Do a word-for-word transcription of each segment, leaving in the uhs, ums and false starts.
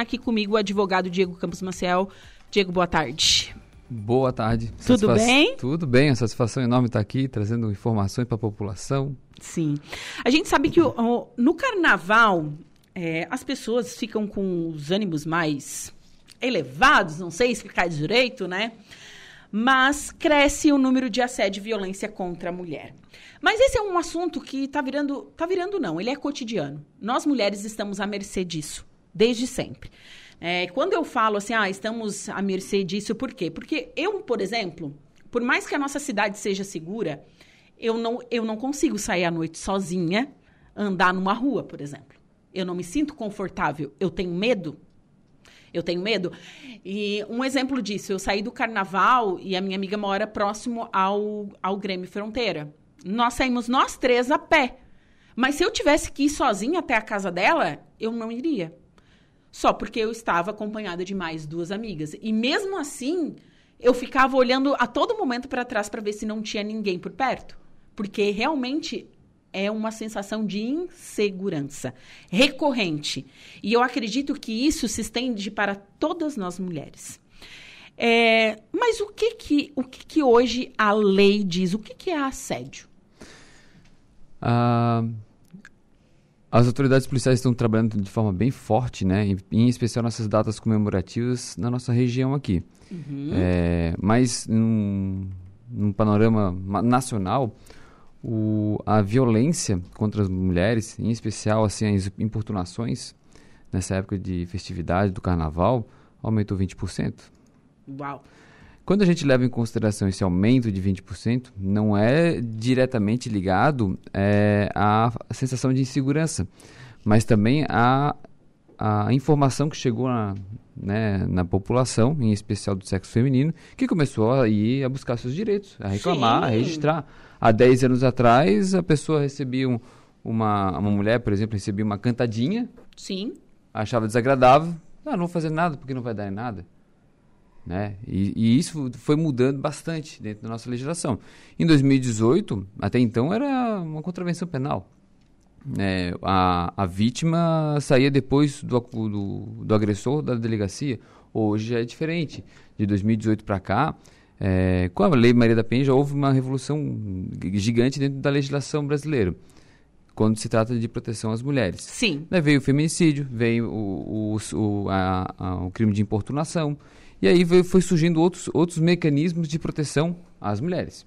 aqui comigo o advogado Diego Campos Maciel. Diego, boa tarde. Boa tarde. Tudo Satisfa... bem? Tudo bem, a satisfação enorme estar aqui, trazendo informações para a população. Sim. A gente sabe que o, o, no carnaval, é, as pessoas ficam com os ânimos mais elevados, não sei explicar direito, né? Mas cresce o número de assédio e violência contra a mulher. Mas esse é um assunto que está virando, tá virando não, ele é cotidiano. Nós mulheres estamos à mercê disso, desde sempre. É, quando eu falo assim, ah, estamos à mercê disso, por quê? Porque eu, por exemplo, por mais que a nossa cidade seja segura, eu não, eu não consigo sair à noite sozinha, andar numa rua, por exemplo. Eu não me sinto confortável, eu tenho medo. Eu tenho medo. E um exemplo disso, eu saí do carnaval e a minha amiga mora próximo ao, ao Grêmio Fronteira. Nós saímos nós três a pé. Mas se eu tivesse que ir sozinha até a casa dela, eu não iria. Só porque eu estava acompanhada de mais duas amigas. E mesmo assim, eu ficava olhando a todo momento para trás para ver se não tinha ninguém por perto. Porque realmente é uma sensação de insegurança recorrente. E eu acredito que isso se estende para todas nós mulheres. É, mas o que que, o que que hoje a lei diz? O que que é assédio? Ah, as autoridades policiais estão trabalhando de forma bem forte, né? Em, em especial nessas datas comemorativas na nossa região aqui. Uhum. É, mas num, num panorama nacional, O, a violência contra as mulheres, em especial assim, as importunações, nessa época de festividade do carnaval, aumentou vinte por cento. Uau! Quando a gente leva em consideração esse aumento de vinte por cento, não é diretamente ligado é, à sensação de insegurança, mas também à, à informação que chegou na, né, na população, em especial do sexo feminino, que começou a ir a buscar seus direitos, a reclamar, Sim. a registrar. Há dez anos atrás, a pessoa recebia um, uma, uma mulher, por exemplo, recebia uma cantadinha. Sim. Achava desagradável. Ah, não vou fazer nada porque não vai dar em nada. Né? E, e isso foi mudando bastante dentro da nossa legislação. Em dois mil e dezoito, até então, era uma contravenção penal. É, a, a vítima saía depois do, do, do agressor da delegacia. Hoje já é diferente. De dois mil e dezoito para cá, É, com a Lei Maria da Penha já houve uma revolução gigante dentro da legislação brasileira, quando se trata de proteção às mulheres. Sim. Daí veio o feminicídio, veio o, o, o, a, a, o crime de importunação, e aí veio, foi surgindo outros, outros mecanismos de proteção às mulheres.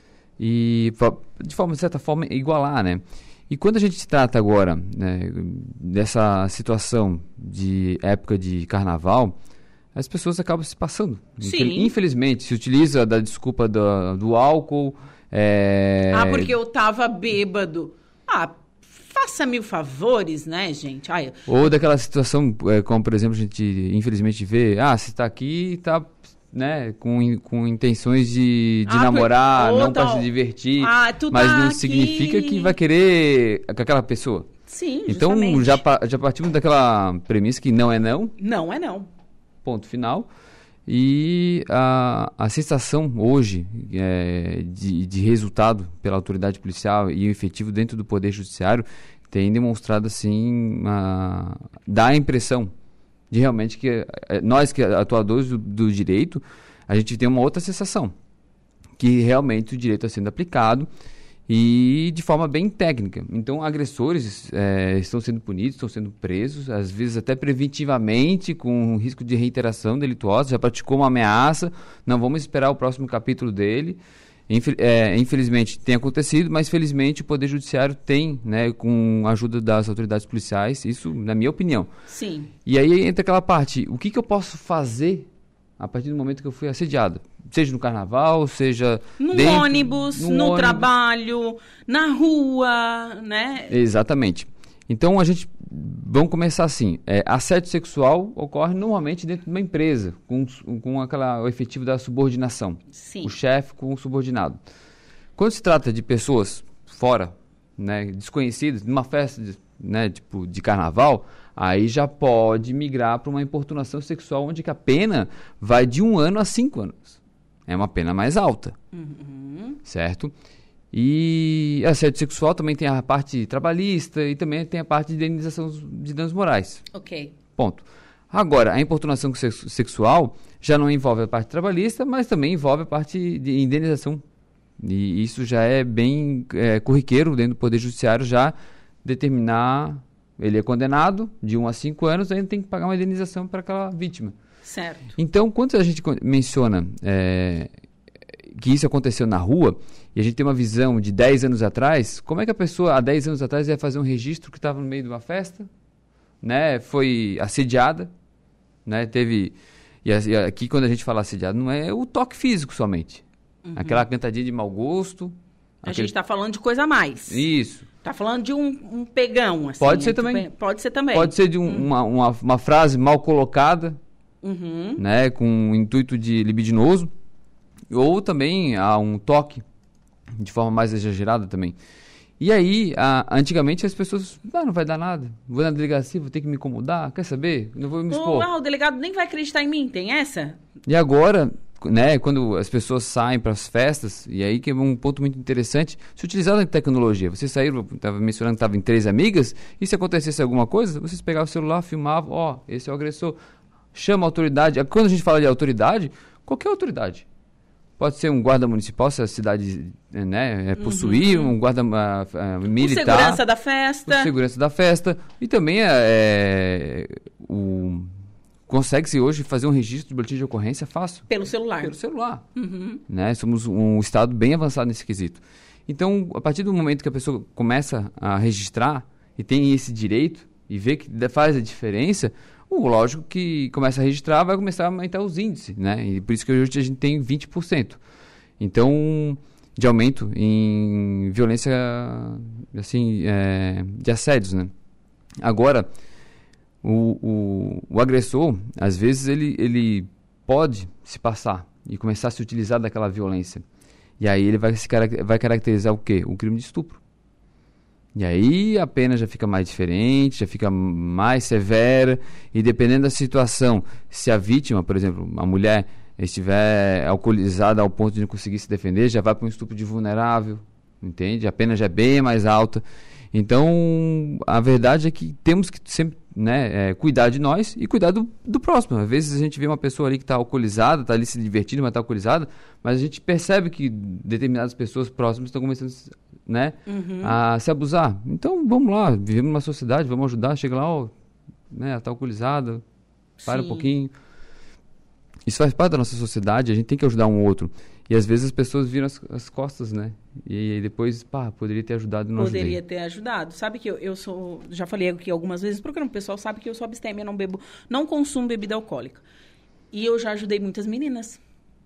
E, de forma, de certa forma, igualar, né? E quando a gente se trata agora, né, dessa situação de época de carnaval, as pessoas acabam se passando. Sim. Infelizmente, se utiliza da desculpa do, do álcool. É... Ah, porque eu tava bêbado. Ah, faça mil favores, né, gente? Ai, Ou daquela situação, é, como, por exemplo, a gente infelizmente vê, ah, você está aqui e está, né, com, com intenções de, de ah, namorar, não para se divertir, ah, tu mas tá não aqui... significa que vai querer com aquela pessoa. Sim, então, justamente. já, já partimos daquela premissa que não é não. Não é não. Ponto final. E a, a sensação hoje é, de, de resultado pela autoridade policial e o efetivo dentro do Poder Judiciário tem demonstrado, assim, a, dá a impressão de realmente que nós, que atuadores do, do direito, a gente tem uma outra sensação, que realmente o direito está sendo aplicado e de forma bem técnica. Então, agressores é, estão sendo punidos, estão sendo presos, às vezes até preventivamente, com risco de reiteração delituosa, já praticou uma ameaça, não vamos esperar o próximo capítulo dele. Infel- é, infelizmente tem acontecido, mas felizmente o Poder Judiciário tem, né, com a ajuda das autoridades policiais, isso na minha opinião. Sim. E aí entra aquela parte, o que, que eu posso fazer a partir do momento que eu fui assediado? Seja no carnaval, seja... No dentro, ônibus, no, no ônibus. Trabalho, na rua, né? Exatamente. Então, a gente... Vamos começar assim. É, assédio sexual ocorre normalmente dentro de uma empresa, com, com aquela, o efetivo da subordinação. Sim. O chefe com o subordinado. Quando se trata de pessoas fora, né, desconhecidas, numa festa de, né, tipo, de carnaval, aí já pode migrar para uma importunação sexual, onde que a pena vai de um ano a cinco anos. É uma pena mais alta, uhum. certo? E assédio sexual também tem a parte trabalhista e também tem a parte de indenização de danos morais. Ok. Ponto. Agora, a importunação sexual já não envolve a parte trabalhista, mas também envolve a parte de indenização. E isso já é bem é, corriqueiro dentro do Poder Judiciário, já determinar, ele é condenado de um a cinco anos, ainda tem que pagar uma indenização para aquela vítima. Certo. Então, quando a gente menciona é, que isso aconteceu na rua, e a gente tem uma visão de dez anos atrás, como é que a pessoa, há dez anos atrás, ia fazer um registro que estava no meio de uma festa, né, foi assediada, né, teve... E aqui, quando a gente fala assediado, não é o toque físico somente. Uhum. Aquela cantadinha de mau gosto. A aquele... gente está falando de coisa a mais. Isso. Está falando de um, um pegão, assim. Pode ser também. Pode ser também. Pode ser de um, uhum. uma, uma, uma frase mal colocada, uhum. né, com um intuito de libidinoso. Ou também há um toque de forma mais exagerada também. E aí, a, antigamente as pessoas, ah, não vai dar nada, vou na delegacia, vou ter que me incomodar, quer saber? Não vou me expor. Oh, o delegado nem vai acreditar em mim, tem essa? E agora, né, quando as pessoas saem para as festas, e aí que é um ponto muito interessante, se utilizar a tecnologia, vocês saíram, estava mencionando que estavam em três amigas, e se acontecesse alguma coisa, vocês pegavam o celular, filmavam, ó, oh, esse é o agressor, chama a autoridade. Quando a gente fala de autoridade, qualquer autoridade. Pode ser um guarda municipal, se a cidade, né, é possuir, uhum. um guarda uh, uh, militar. O segurança da festa. O segurança da festa. E também é, o, consegue-se hoje fazer um registro de boletim de ocorrência fácil. Pelo celular. Pelo celular. Uhum. Né? Somos um estado bem avançado nesse quesito. Então, a partir do momento que a pessoa começa a registrar e tem esse direito e vê que faz a diferença... Uh, lógico que começa a registrar, vai começar a aumentar os índices, né? E por isso que hoje a gente tem vinte por cento. Então, de aumento em violência, assim, é, de assédios, né? Agora, o, o, o agressor, às vezes, ele, ele pode se passar e começar a se utilizar daquela violência. E aí ele vai, se, vai caracterizar o quê? O crime de estupro. E aí a pena já fica mais diferente, já fica mais severa, e dependendo da situação, se a vítima, por exemplo, a mulher, estiver alcoolizada ao ponto de não conseguir se defender, já vai para um estupro de vulnerável, entende? A pena já é bem mais alta. Então, a verdade é que temos que sempre, né, é, cuidar de nós e cuidar do, do próximo. Às vezes a gente vê uma pessoa ali que está alcoolizada, está ali se divertindo, mas está alcoolizada, mas a gente percebe que determinadas pessoas próximas estão começando, né, uhum. a se abusar. Então, vamos lá, vivemos numa sociedade, vamos ajudar, chega lá, ó, né, ela está alcoolizada, para Sim. um pouquinho. Isso faz parte da nossa sociedade, a gente tem que ajudar um outro. E às vezes as pessoas viram as, as costas, né? E depois, pá, poderia ter ajudado e não ajudei. Poderia ter ajudado. Sabe que eu, eu sou, já falei aqui algumas vezes, porque o pessoal sabe que eu sou abstêmia, não bebo, não consumo bebida alcoólica. E eu já ajudei muitas meninas.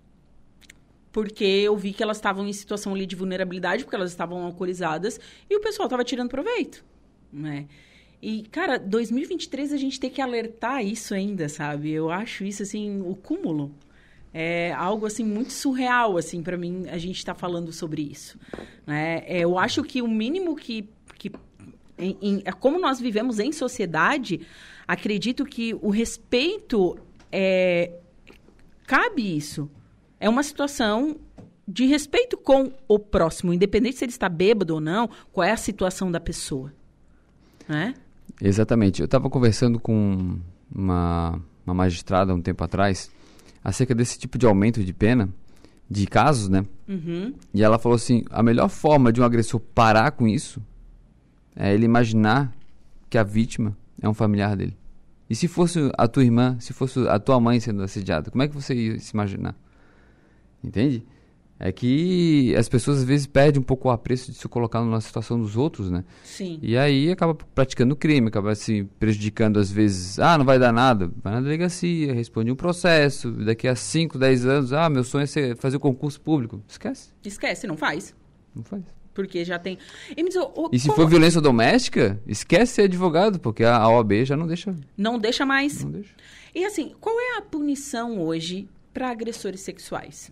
Porque eu vi que elas estavam em situação ali de vulnerabilidade, porque elas estavam alcoolizadas, e o pessoal estava tirando proveito, né? E, cara, dois mil e vinte e três a gente tem que alertar isso ainda, sabe? Eu acho isso, assim, o cúmulo. É algo, assim, muito surreal, assim, para mim, a gente tá falando sobre isso, né? É, eu acho que o mínimo que... que em, em, como nós vivemos em sociedade, acredito que o respeito, é, cabe isso. É uma situação de respeito com o próximo, independente se ele está bêbado ou não, qual é a situação da pessoa, né? Exatamente. Eu estava conversando com uma, uma magistrada um tempo atrás acerca desse tipo de aumento de pena, de casos, né? Uhum. E ela falou assim, a melhor forma de um agressor parar com isso é ele imaginar que a vítima é um familiar dele. E se fosse a tua irmã, se fosse a tua mãe sendo assediada, como é que você ia se imaginar? Entende? É que as pessoas às vezes perdem um pouco o apreço de se colocar na situação dos outros, né? Sim. E aí acaba praticando crime, acaba se prejudicando às vezes. Ah, não vai dar nada. Vai na delegacia, responde um processo. Daqui a cinco, dez anos, ah, meu sonho é ser, fazer o concurso público. Esquece. Esquece, não faz. Não faz. Porque já tem... E, me diz, o, e se como... for violência doméstica, esquece ser advogado, porque a, a O A B já não deixa. Não deixa mais. Não deixa. E assim, qual é a punição hoje para agressores sexuais?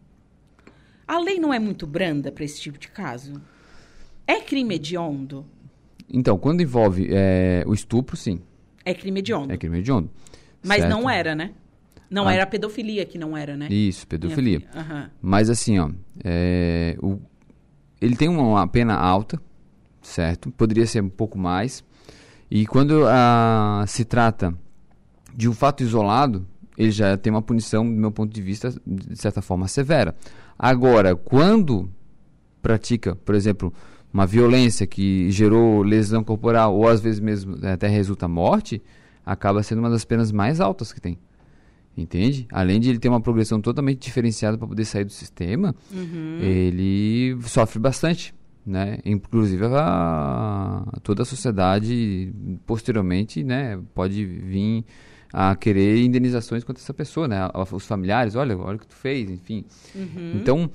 A lei não é muito branda para esse tipo de caso? É crime hediondo? Então, quando envolve é, o estupro, sim. É crime hediondo? É crime hediondo. Mas certo? não era, né? Não ah, era a pedofilia que não era, né? Isso, pedofilia. Uhum. Mas assim, ó, é, o, ele tem uma pena alta, certo? Poderia ser um pouco mais. E quando a, se trata de um fato isolado, ele já tem uma punição, do meu ponto de vista, de certa forma severa. Agora, quando pratica, por exemplo, uma violência que gerou lesão corporal ou às vezes mesmo até resulta morte, acaba sendo uma das penas mais altas que tem. Entende? Além de ele ter uma progressão totalmente diferenciada para poder sair do sistema, uhum. ele sofre bastante, né? Inclusive a, toda a sociedade posteriormente, né, pode vir a querer indenizações contra essa pessoa, né? Os familiares, olha, olha o que tu fez, enfim. Uhum. Então,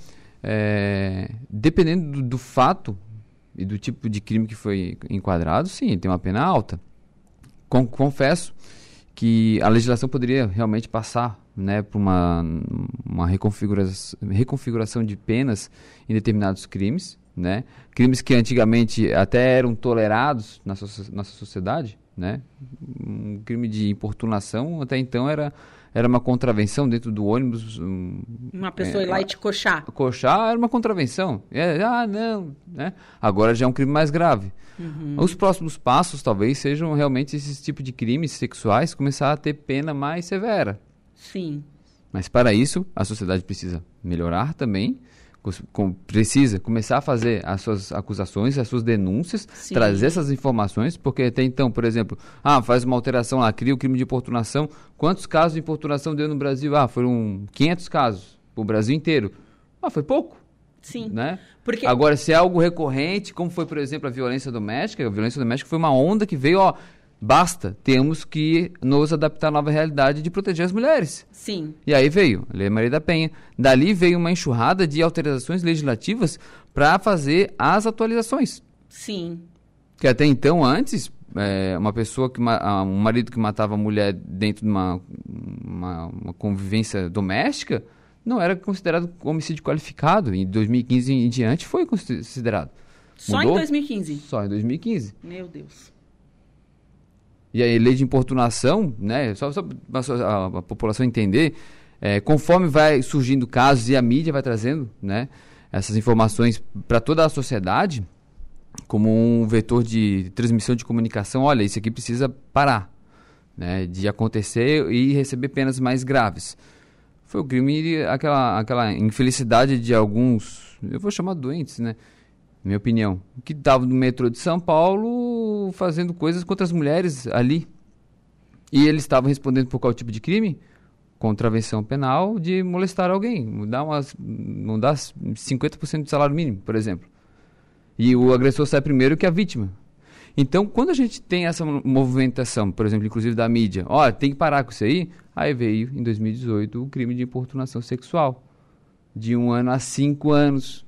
é, dependendo do, do fato e do tipo de crime que foi enquadrado, sim, ele tem uma pena alta. Com, confesso que a legislação poderia realmente passar, né, por uma, uma reconfiguração, reconfiguração de penas em determinados crimes, né? Crimes que antigamente até eram tolerados na so- nossa sociedade, né? Um crime de importunação até então era, era uma contravenção dentro do ônibus. Um, uma pessoa é, ir lá e te coxar. Coxar era uma contravenção. É, ah, não, né? Agora já é um crime mais grave. Uhum. Os próximos passos talvez sejam realmente esses tipos de crimes sexuais começar a ter pena mais severa. Sim. Mas para isso a sociedade precisa melhorar também, com, precisa começar a fazer as suas acusações, as suas denúncias, Sim. trazer essas informações, porque até então, por exemplo, ah, faz uma alteração lá, cria o crime de importunação. Quantos casos de importunação deu no Brasil? Ah, foram quinhentos casos, o Brasil inteiro. Ah, foi pouco. Sim. Né? Porque... Agora, se é algo recorrente, como foi, por exemplo, a violência doméstica, a violência doméstica foi uma onda que veio, ó, basta, temos que nos adaptar à nova realidade de proteger as mulheres. Sim. E aí veio a Lei Maria da Penha. Dali veio uma enxurrada de alterações legislativas para fazer as atualizações. Sim. Que até então, antes, é, uma pessoa, que um marido que matava a mulher dentro de uma, uma, uma convivência doméstica, não era considerado homicídio qualificado. Em dois mil e quinze em diante foi considerado. Só Mudou? em dois mil e quinze? Só em dois mil e quinze. Meu Deus. E aí, lei de importunação, né, só, só para a, a população entender, é, conforme vai surgindo casos e a mídia vai trazendo, né, essas informações para toda a sociedade, como um vetor de transmissão de comunicação, olha, isso aqui precisa parar, né, de acontecer e receber penas mais graves. Foi o crime, aquela, aquela infelicidade de alguns, eu vou chamar doentes, né, minha opinião, que estavam no metrô de São Paulo fazendo coisas contra as mulheres ali. E eles estavam respondendo por qual tipo de crime? Contravenção penal de molestar alguém, mudar, umas, mudar cinquenta por cento do salário mínimo, por exemplo. E o agressor sai primeiro que a vítima. Então, quando a gente tem essa movimentação, por exemplo, inclusive da mídia, ó, tem que parar com isso aí, aí veio, em dois mil e dezoito, o crime de importunação sexual. De um ano a cinco anos.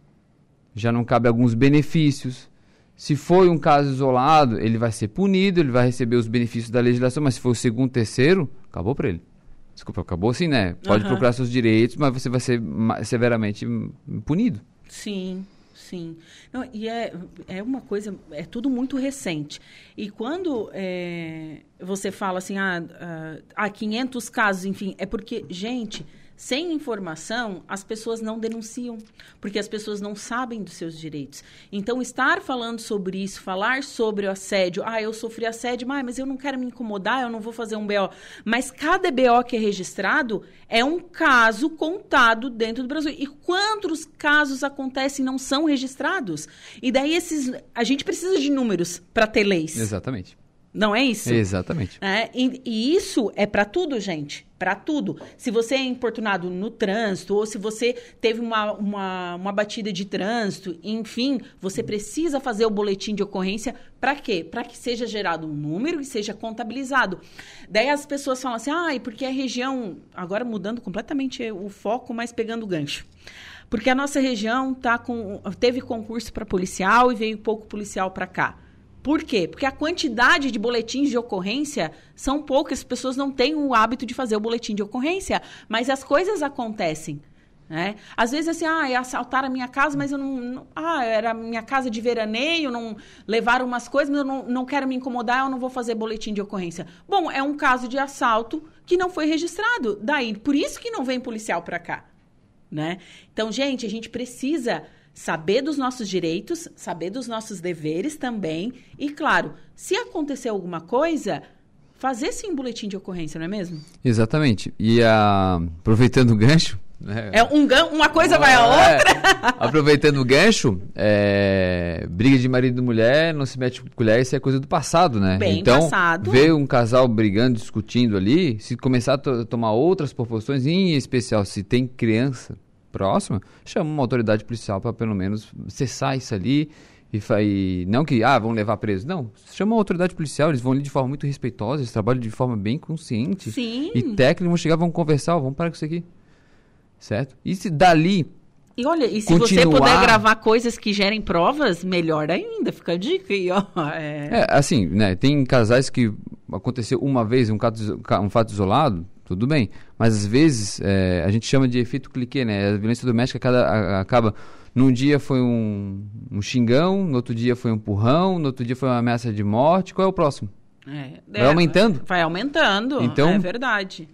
Já não cabe alguns benefícios. Se foi um caso isolado, ele vai ser punido, ele vai receber os benefícios da legislação, mas se for o segundo, terceiro, acabou para ele. Desculpa, acabou assim, né? Pode uhum. procurar seus direitos, mas você vai ser severamente punido. Sim. Sim. Não, e é, é uma coisa, é tudo muito recente. E quando é, você fala assim, ah, ah, quinhentos casos, enfim, é porque, gente, sem informação, as pessoas não denunciam, porque as pessoas não sabem dos seus direitos. Então, estar falando sobre isso, falar sobre o assédio, ah, eu sofri assédio, mas eu não quero me incomodar, eu não vou fazer um B O. Mas cada B O que é registrado é um caso contado dentro do Brasil. E quantos casos acontecem e não são registrados? E daí esses, a gente precisa de números para ter leis. Exatamente. Não é isso? Exatamente. É, e, e isso é para tudo, gente. Para tudo. Se você é importunado no trânsito, ou se você teve uma, uma, uma batida de trânsito, enfim, você precisa fazer o boletim de ocorrência. Para quê? Para que seja gerado um número e seja contabilizado. Daí as pessoas falam assim, ah, e porque a região... Agora mudando completamente o foco, mas pegando o gancho. Porque a nossa região tá com, teve concurso para policial e veio pouco policial para cá. Por quê? Porque a quantidade de boletins de ocorrência são poucas, as pessoas não têm o hábito de fazer o boletim de ocorrência, mas as coisas acontecem, né? Às vezes assim, ah, assaltaram a minha casa, mas eu não, não... Ah, era minha casa de veraneio, não levaram umas coisas, mas eu não, não quero me incomodar, eu não vou fazer boletim de ocorrência. Bom, é um caso de assalto que não foi registrado, daí, por isso que não vem policial para cá, né? Então, gente, a gente precisa... saber dos nossos direitos, saber dos nossos deveres também. E, claro, se acontecer alguma coisa, fazer sim um boletim de ocorrência, não é mesmo? Exatamente. E a... aproveitando o gancho... Né? É um gan... Uma coisa ah, vai a outra. É. Aproveitando o gancho, é... briga de marido e mulher, não se mete com colher, isso é coisa do passado, né? Bem então, passado. Ver um casal brigando, discutindo ali, se começar a to- tomar outras proporções, em especial se tem criança próxima, chama uma autoridade policial para pelo menos cessar isso ali. E, fa- e não que, ah, vão levar preso. Não, chama a autoridade policial, eles vão ali de forma muito respeitosa, eles trabalham de forma bem consciente. Sim. E técnicos vão chegar, vão conversar, ó, vamos parar com isso aqui. Certo? E se dali... E olha, e se continuar... você puder gravar coisas que gerem provas, melhor ainda, fica a dica aí, ó. É... é, assim, né, tem casais que aconteceu uma vez, um, caso, um fato isolado, tudo bem. Mas às vezes, é, a gente chama de efeito cliquê, né? A violência doméstica cada, a, acaba... Num dia foi um, um xingão, no outro dia foi um empurrão, no outro dia foi uma ameaça de morte. Qual é o próximo? É, vai é, aumentando. Vai aumentando, então, é verdade.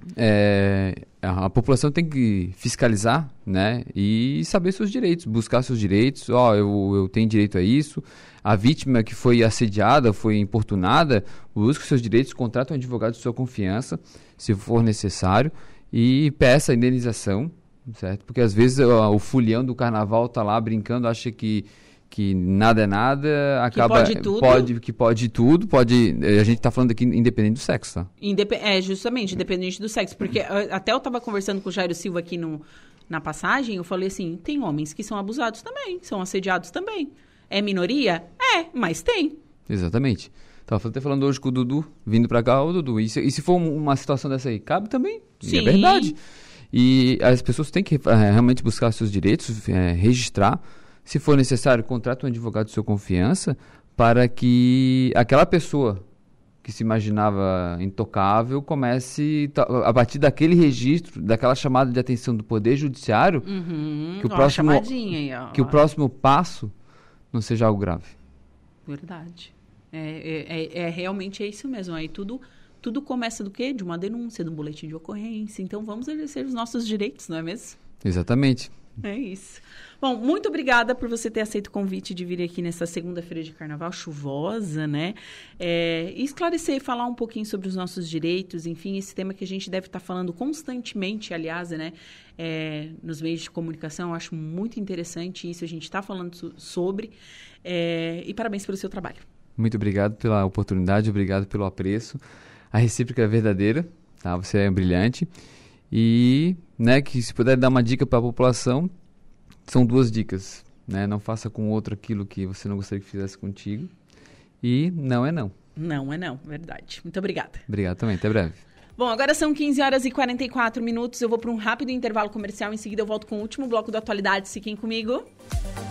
É, a, a população tem que fiscalizar, né? E saber seus direitos, buscar seus direitos. Ó, oh, eu, eu tenho direito a isso. A vítima que foi assediada, foi importunada, busque seus direitos, contrate um advogado de sua confiança, se for necessário, e peça a indenização. Certo? Porque às vezes ó, o fulião do carnaval tá lá brincando, acha que, que nada é nada, acaba... Que pode tudo. Pode, que pode tudo, pode... A gente tá falando aqui independente do sexo, tá? Indep- é, justamente, independente do sexo. Porque até eu tava conversando com o Jairo Silva aqui no, na passagem, eu falei assim, tem homens que são abusados também, são assediados também. É minoria? É, mas tem. Exatamente. Tava até falando hoje com o Dudu, vindo pra cá, ô Dudu, e se, e se for uma situação dessa aí? Cabe também, Sim. É verdade. E as pessoas têm que é, realmente buscar seus direitos, é, registrar. Se for necessário, contrate um advogado de sua confiança para que aquela pessoa que se imaginava intocável comece, a partir daquele registro, daquela chamada de atenção do Poder Judiciário, uhum. que, o ó, próximo, aí, ó. que o próximo passo não seja algo grave. Verdade. É, é, é, realmente é isso mesmo. Aí tudo... Tudo começa do quê? De uma denúncia, de um boletim de ocorrência. Então, vamos exercer os nossos direitos, não é mesmo? Exatamente. É isso. Bom, muito obrigada por você ter aceito o convite de vir aqui nessa segunda-feira de carnaval chuvosa, né? É, e esclarecer e falar um pouquinho sobre os nossos direitos, enfim, esse tema que a gente deve estar falando constantemente, aliás, né? É, nos meios de comunicação, eu acho muito interessante isso, a gente está falando so- sobre. É, e parabéns pelo seu trabalho. Muito obrigado pela oportunidade, obrigado pelo apreço. A recíproca é verdadeira, tá? Você é brilhante. E, né, que se puder dar uma dica para a população, são duas dicas, né? Não faça com o outro aquilo que você não gostaria que fizesse contigo. E não é não. Não é não, verdade. Muito obrigada. Obrigado também, até breve. Bom, agora são quinze horas e quarenta e quatro minutos. Eu vou para um rápido intervalo comercial. Em seguida eu volto com o último bloco da atualidade. Fiquem comigo.